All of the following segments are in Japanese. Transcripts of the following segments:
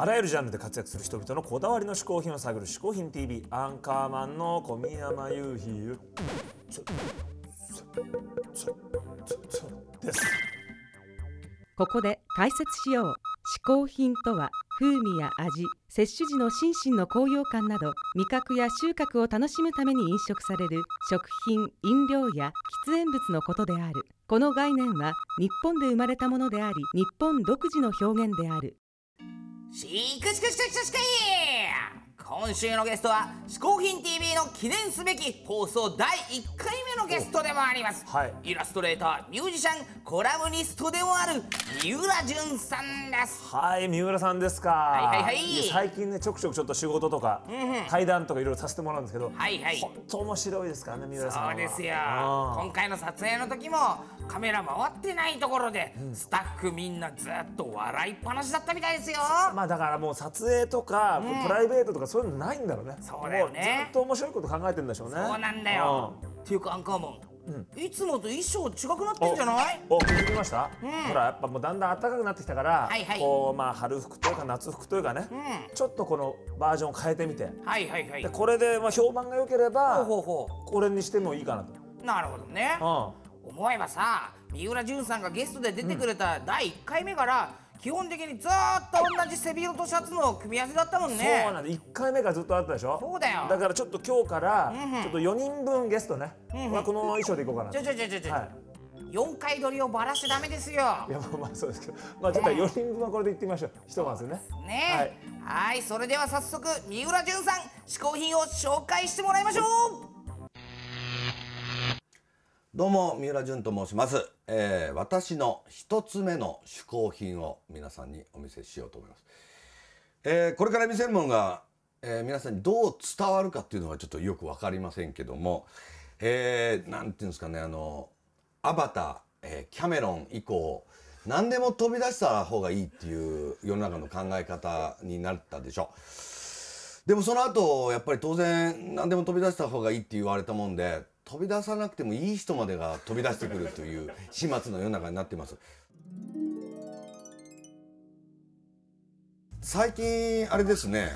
あらゆるジャンルで活躍する人々のこだわりの嗜好品を探る嗜好品 TV、 アンカーマンの小宮山雄飛です。 ここで解説しよう。嗜好品とは風味や味、摂取時の心身の高揚感など味覚や収穫を楽しむために飲食される食品、飲料や喫煙物のことである。この概念は日本で生まれたものであり、日本独自の表現である。 しくしくしくしくしくい今週のゲストは嗜好品 TV の記念すべき放送第1回目のゲストでもあります、イラストレーター、ミュージシャン、コラムニストでもある三浦淳さんです。 はい、三浦さんですか。最近ねちょくちょくちょっと仕事とか、対談とかいろいろさせてもらうんですけど、本当面白いですからね、三浦さんは。 そうですよ。今回の撮影の時もカメラ回ってないところで、スタッフみんなずっと笑いっぱなしだったみたいですよ。 まあだからもう撮影とか、プライベートとかそういうのないんだろうね。 そうだよね。 ずっと面白いこと考えてるんでしょうね。 そうなんだよ。っていうかアンカーマン、いつもと衣装違くなってんじゃない？ 気づきました？ほらやっぱもうだんだん暖かくなってきたから、こうまあ春服というか夏服というかね、ちょっとこのバージョンを変えてみて、でこれでまあ評判が良ければこれにしてもいいかなと。 なるほどね。思えばさ、三浦淳さんがゲストで出てくれた第1回目から基本的にずーっと同じ背広とシャツの組み合わせだったもんね。 そうなんだ。1回目からずっとあったでしょ。 そうだよ。 だからちょっと今日からちょっと4人分ゲストね、この衣装でいこうかな。 4回撮りをバラしちゃダメですよ。 いやまあそうですけど、まあちょっと4人分はこれでいってみましょう。ひとまずね。 はい、それでは早速三浦淳さん、嗜好品を紹介してもらいましょう。 どうも三浦淳と申します。私の一つ目の嗜好品を皆さんにお見せしようと思います。これから見せるものが、皆さんにどう伝わるかっていうのはちょっとよく分かりませんけども、なんていうんですかね、アバター、キャメロン以降何でも飛び出した方がいいっていう世の中の考え方になったでしょ。でもその後やっぱり当然何でも飛び出した方がいいって言われたもんで、飛び出さなくてもいい人までが飛び出してくるという始末の世の中になっています。最近あれですね、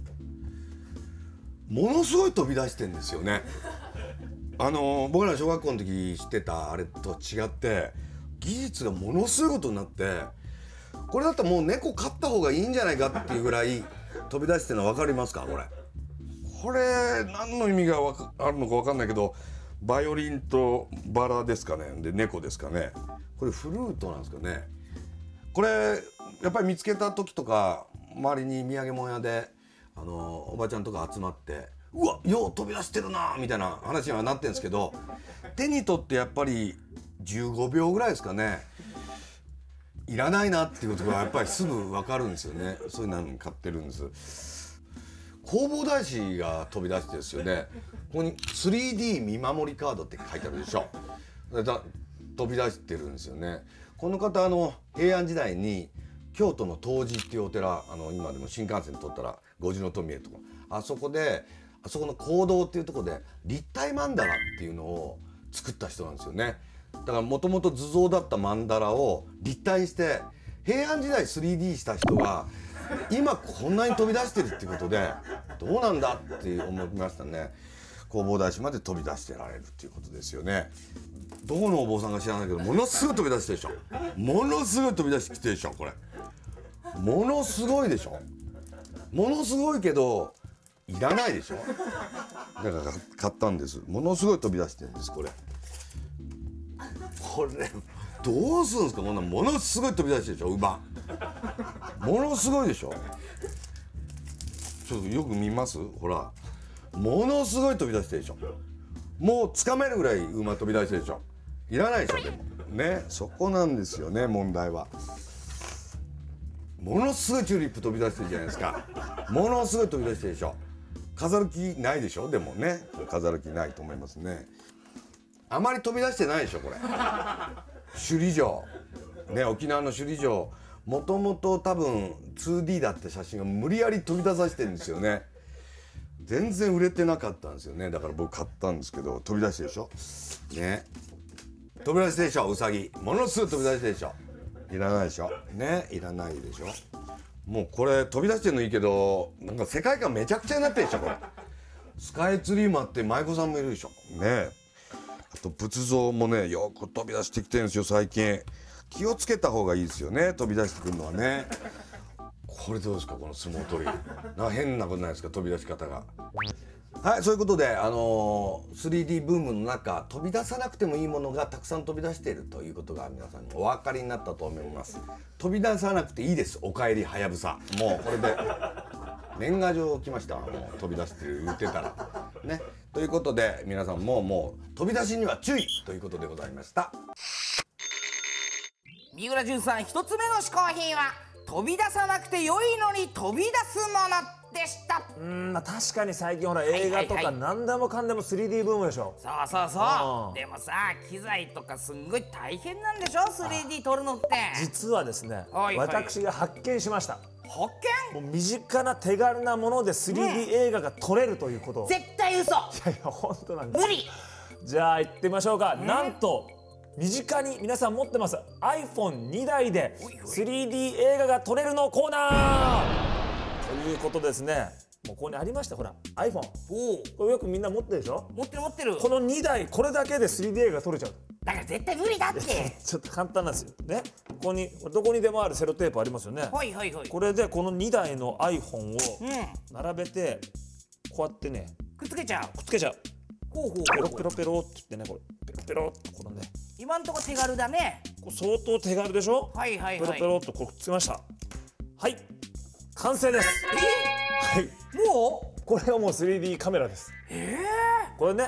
ものすごい飛び出してんですよね。僕ら小学校の時知ってたあれと違って技術がものすごいことになって、これだったらもう猫飼った方がいいんじゃないかっていうぐらい飛び出してるの分かりますか？これ何の意味があるのか分かんないけど、バイオリンとバラですかね、で猫ですかね、これフルートなんですかね。これやっぱり見つけた時とか周りに土産物屋でおばちゃんとか集まって、うわよう飛び出してるなみたいな話にはなってるんですけど、手に取ってやっぱり15秒ぐらいですかね、いらないなっていうことがやっぱりすぐ分かるんですよね。そういうの買ってるんです。弘法大師が飛び出してですよね、ここに 3D 見守りカードって書いてあるでしょ。飛び出してるんですよね。この方平安時代に京都の東寺っていうお寺、今でも新幹線通ったら五重塔見えるとこ、あそこの講堂っていうところで立体曼荼羅っていうのを作った人なんですよね。だからもともと図像だった曼荼羅を立体にして平安時代 3D した人が今こんなに飛び出してるっていうことでどうなんだって思いましたね。弘法大師まで飛び出してられるっていうことですよね。どこのお坊さんか知らないけどものすごい飛び出してるでしょ。ものすごい飛び出してきてるでしょ。これものすごいでしょ。ものすごいけどいらないでしょ。だから買ったんです。ものすごい飛び出してるんです。これどうするんですか。こんなものすごい飛び出してるでしょ。馬ものすごいでしょ。ちょっとよく見ます。ほらものすごい飛び出してるでしょ。もうつかめるぐらい馬飛び出してるでしょ。いらないでしょ。でもね、そこなんですよね、問題は。ものすごいチューリップ飛び出してるじゃないですか。ものすごい飛び出してるでしょ。飾る気ないでしょ。でもね、飾る気ないと思いますね。あまり飛び出してないでしょこれ。首里城ね、沖縄の首里城、もともと多分 2D だった写真が無理やり飛び出させてるんですよね。全然売れてなかったんですよね。だから僕買ったんですけど、飛び出してるでしょね。飛び出してるでしょ。ウサギものすごい飛び出してるでしょ。いらないでしょね。いらないでしょ。 もうこれ飛び出してるのいいけどなんか世界観めちゃくちゃになってるでしょこれ。スカイツリーもあって舞妓さんもいるでしょね。あと仏像もねよく飛び出してきてるんですよ最近。気をつけた方がいいですよね飛び出してくるのはね。これどうですかこの相撲取り。なんか変なことないですか飛び出し方が。はい、そういうことで3D ブームの中飛び出さなくてもいいものがたくさん飛び出しているということが皆さんにお分かりになったと思います。飛び出さなくていいです。おかえりはやぶさ。もうこれで年賀状来ました。もう飛び出して言ってたらね。ということで皆さんもう飛び出しには注意ということでございました。 三浦淳さん一つ目の嗜好品は飛び出さなくて良いのに飛び出すものでした。 まあ確かに最近ほら映画とか何でもかんでも 3D ブームでしょ。 そうそうそう。でもさ機材とかすんごい大変なんでしょ 3D 撮るのって。 実はですね、私が発見しました。 発見？ もう身近な手軽なもので 3D 映画が撮れるということを。 絶対嘘。 いやいや本当なんです。 無理。 じゃあ行ってみましょうか。なんと身近に皆さん持ってます iPhone2 台で 3D 映画が撮れるのコーナーということですね。もうここにありましたほら iPhone。これよくみんな持ってるでしょ。 持ってる。 この2台これだけで 3D 映画が撮れちゃう。 だから絶対無理だって。 ちょっと簡単なんですよね。ここにどこにでもあるセロテープありますよね。これでこの2台の iPhone を並べてこうやってねくっつけちゃう。 ペロペロペロって言ってねこれペロペロってこのね今んとこ手軽だね。 相当手軽でしょ。ペロペロっとこうくっつけました。はい完成です。はい、 もうこれはもう 3D カメラです。これね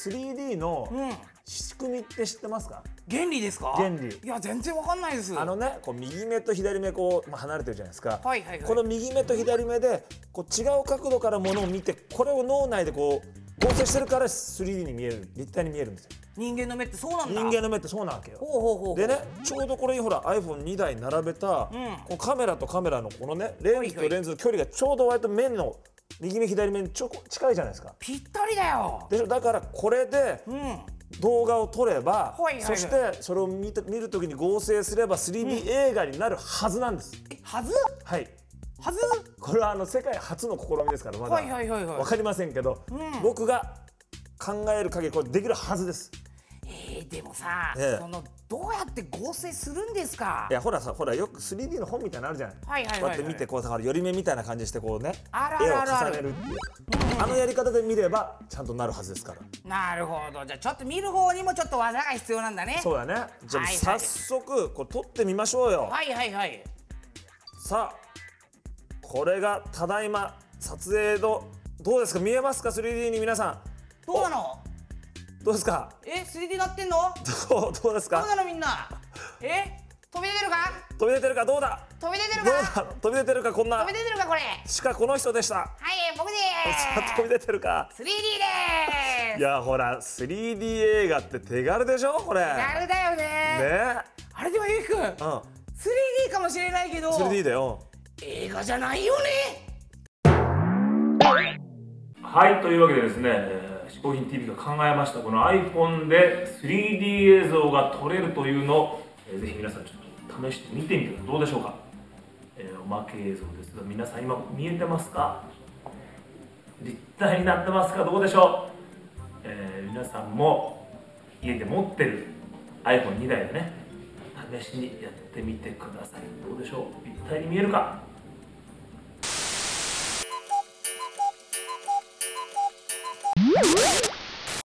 3D の仕組みって知ってますか？ 原理ですか？ 原理。 いや全然わかんないです。 こう右目と左目こう、離れてるじゃないですか。 この右目と左目でこう違う角度からものを見てこれを脳内でこう合成してるから 3D に見える立体に見えるんですよ。 人間の目ってそうなんだ。 人間の目ってそうなわけよ。でねちょうどこれにほら iPhone2 台並べた、このカメラとカメラのこのねレンズとレンズの距離がちょうど割と目の右目左目に近いじゃないですか。 ぴったりだよ。 でしょ。だからこれで、動画を撮れば、そしてそれを見るときに合成すれば 3D 映画になるはずなんです。 はず？ はい。 はず？ これは世界初の試みですからまだわかりませんけど、僕が考える限りこれできるはずです。 でもさ、どうやって合成するんですか？ いやほらよく 3D の本みたいなのあるじゃない。こうやって見てこう寄り目みたいな感じしてこうね絵を重ねるっていうやり方で見ればちゃんとなるはずですから。 なるほど。じゃあちょっと見る方にもちょっと技が必要なんだね。 そうだね。じゃあ早速これ撮ってみましょうよ。さあこれがただいま撮影のどうですか見えますか 3D に皆さん。 どうなの？ どうですか ？3D なってんの？ どうですか？ どうなのみんな？飛び出てるか？ 飛び出てるかどうだ？ 飛び出てるか？ 飛び出てるかこんな。 飛び出てるかこれ？ しかこの人でした。 はい、僕でーす。飛び出てるか？ 3D でーす。 いやほら 3D 映画って手軽でしょこれ。 手軽だよね。あれでもゆうきくん、3D かもしれないけど 3D だよ。 映画じゃないよね。 はいというわけでですね嗜好品 TV が考えましたこの iPhone で 3D 映像が撮れるというのを、ぜひ皆さんちょっと試してみてみてはどうでしょうか。おまけ映像ですが皆さん今見えてますか？立体になってますか？どうでしょう。皆さんも家で持ってる iPhone2 台でね試しにやってみてください。どうでしょう。立体に見えるか。